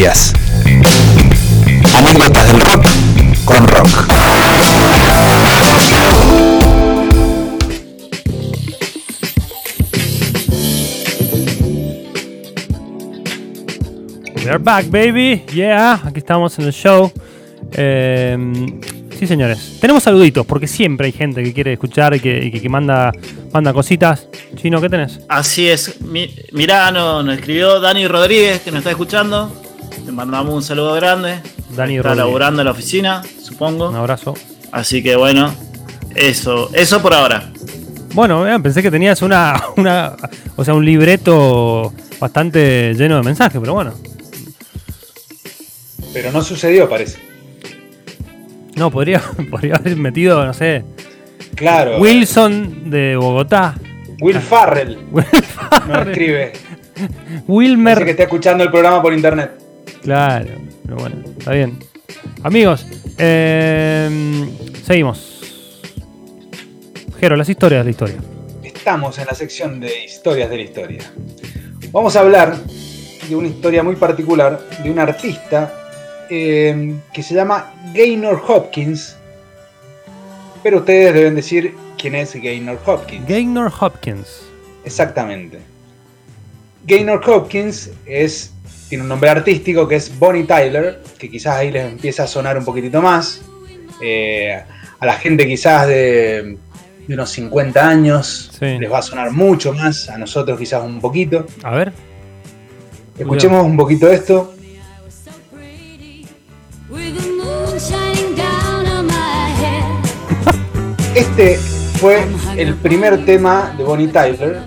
historias. Anécdotas del rock con rock. We're back, baby. Yeah, aquí estamos en el show. Sí, señores. Tenemos saluditos, porque siempre hay gente que quiere escuchar y que manda cositas. Chino, ¿qué tenés? Así es. Mirá, nos escribió Dani Rodríguez, que nos está escuchando. Le mandamos un saludo grande. Dani está Rodríguez. laburando en la oficina, supongo. Un abrazo. Así que bueno, eso por ahora. Bueno, pensé que tenías un libreto bastante lleno de mensajes, pero bueno. Pero no sucedió, parece. No, podría haber metido, no sé. Claro. Wilson de Bogotá. Will Farrell. No escribe. Wilmer. Parece que está escuchando el programa por internet. Claro, pero bueno, está bien. Amigos, seguimos. Jero, las historias de la historia. Estamos en la sección de historias de la historia. Vamos a hablar de una historia muy particular de un artista que se llama Gaynor Hopkins, pero ustedes deben decir quién es Gaynor Hopkins. Gaynor Hopkins. Exactamente. Gaynor Hopkins tiene un nombre artístico que es Bonnie Tyler, que quizás ahí les empieza a sonar un poquitito más. A la gente quizás de unos 50 años sí, les va a sonar mucho más, a nosotros quizás un poquito. A ver. Escuchemos un poquito de esto. Este fue el primer tema de Bonnie Tyler.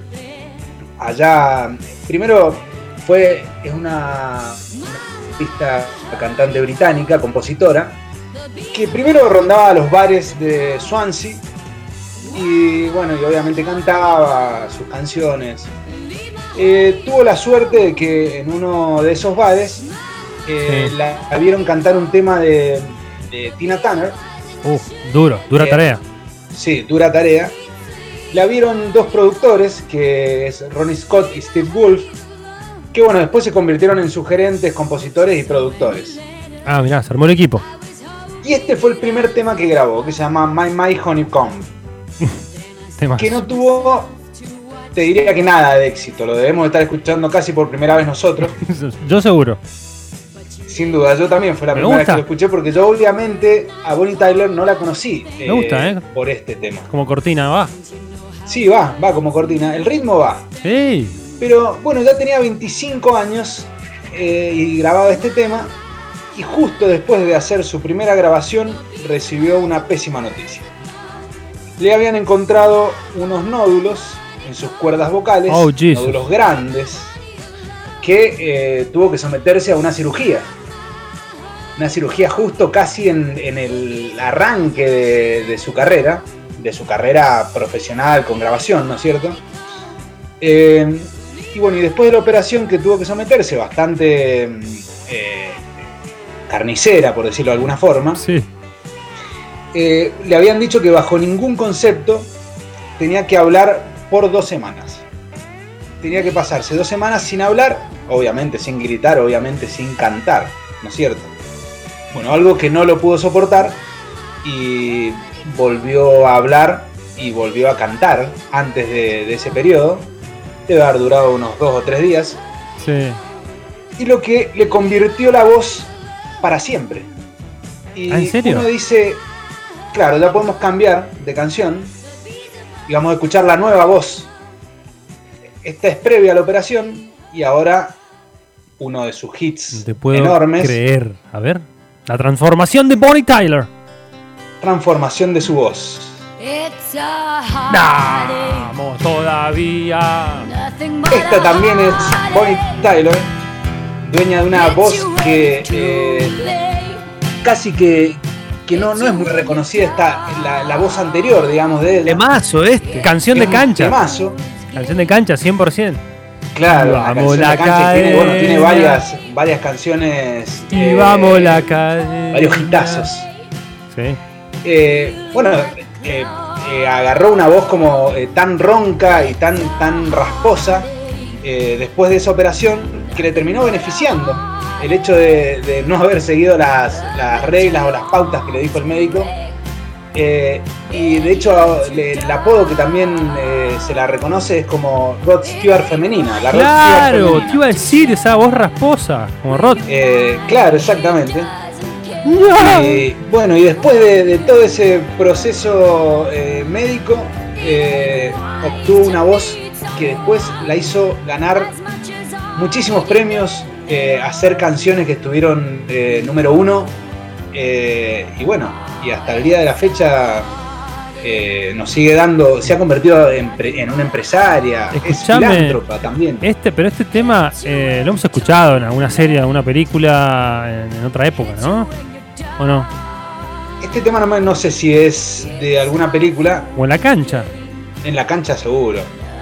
Primero es una artista, cantante británica, compositora, que primero rondaba los bares de Swansea y obviamente cantaba sus canciones. Tuvo la suerte de que en uno de esos bares la vieron cantar un tema de Tina Turner. Dura tarea. Sí, dura tarea. La vieron dos productores, que es Ronnie Scott y Steve Wolf, que después se convirtieron en sus gerentes, compositores y productores. Ah, mirá, se armó el equipo. Y este fue el primer tema que grabó, que se llama My Honeycomb. Que no tuvo, te diría que nada de éxito, lo debemos estar escuchando casi por primera vez nosotros. Yo seguro. Sin duda, yo también fue la primera vez que lo escuché, porque yo obviamente a Bonnie Tyler no la conocí. Me gusta, por este tema. Como cortina, va. Sí, va como cortina. El ritmo va. Sí. Pero ya tenía 25 años y grababa este tema. Y justo después de hacer su primera grabación, recibió una pésima noticia. Le habían encontrado unos nódulos en sus cuerdas vocales, nódulos grandes, que tuvo que someterse a una cirugía. Una cirugía justo casi en el arranque de su carrera profesional con grabación, ¿no es cierto? Y después de la operación que tuvo que someterse, bastante carnicera, por decirlo de alguna forma, sí, le habían dicho que bajo ningún concepto tenía que hablar por 2 semanas. Tenía que pasarse 2 semanas sin hablar, obviamente sin gritar, obviamente sin cantar, ¿no es cierto? Algo que no lo pudo soportar y volvió a hablar y volvió a cantar antes de ese periodo. Debe haber durado unos 2 o 3 días. Sí. Y lo que le convirtió la voz para siempre. Y ¿en serio? uno dice, claro, ya podemos cambiar de canción y vamos a escuchar la nueva voz. Esta es previa a la operación y ahora uno de sus hits te puedo enormes. Creer. A ver. La transformación de Bonnie Tyler. Transformación de su voz. Vamos todavía. Esta también es Bonnie Tyler, dueña de una voz que casi que no es muy reconocida. Está la voz anterior, digamos, de ella. Temazo Canción de cancha. Temazo. Canción de cancha, 100%. Claro, vamos la cancha tiene varias canciones. Y vamos la calle. Varios hitazos. Sí. Agarró una voz como tan ronca y tan rasposa después de esa operación, que le terminó beneficiando el hecho de no haber seguido las reglas o las pautas que le dijo el médico. Y de hecho el apodo que también se la reconoce es como Rod Stewart femenina. La Rod Stewart Claro, femenina. te iba a decir esa voz rasposa, como Rod. Claro, exactamente. ¡No! Bueno, y después de todo ese proceso médico, obtuvo una voz que después la hizo ganar muchísimos premios, hacer canciones que estuvieron número 1, y bueno, y hasta el día de la fecha nos sigue dando, se ha convertido en una empresaria, Escuchame, es filántropa también. Pero este tema lo hemos escuchado en alguna serie, en alguna película, en otra época, ¿no? ¿O no? Este tema no sé si es de alguna película, O en la cancha. en la cancha seguro.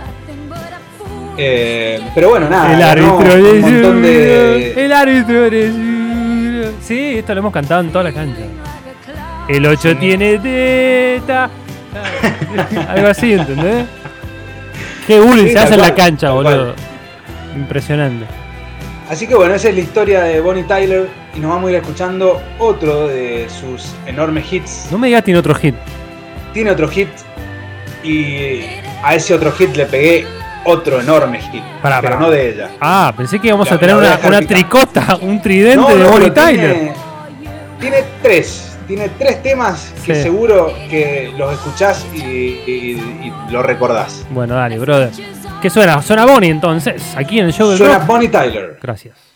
Pero bueno, nada, El ganó árbitro un montón de... El árbitro eres. Sí, esto lo hemos cantado en toda la cancha. El 8 tiene teta. Algo así, ¿entendés? Qué bullying Sí, se hace en tal la cual, cancha, tal boludo. cual. Impresionante. Así que bueno, esa es la historia de Bonnie Tyler y nos vamos a ir escuchando otro de sus enormes hits. No me digas tiene otro hit. Tiene otro hit y a ese otro hit le pegué otro enorme hit, pero no de ella. Ah, pensé que íbamos La- a tener la voy a una dejar picando. tricota, un tridente No, de no, Bonnie pero Tyler. Tiene tres temas que Sí. seguro que los escuchás y lo recordás. Bueno, dale, brother. ¿Qué suena? Suena Bonnie entonces, aquí en el show del Suena rock. Bonnie Tyler. Gracias.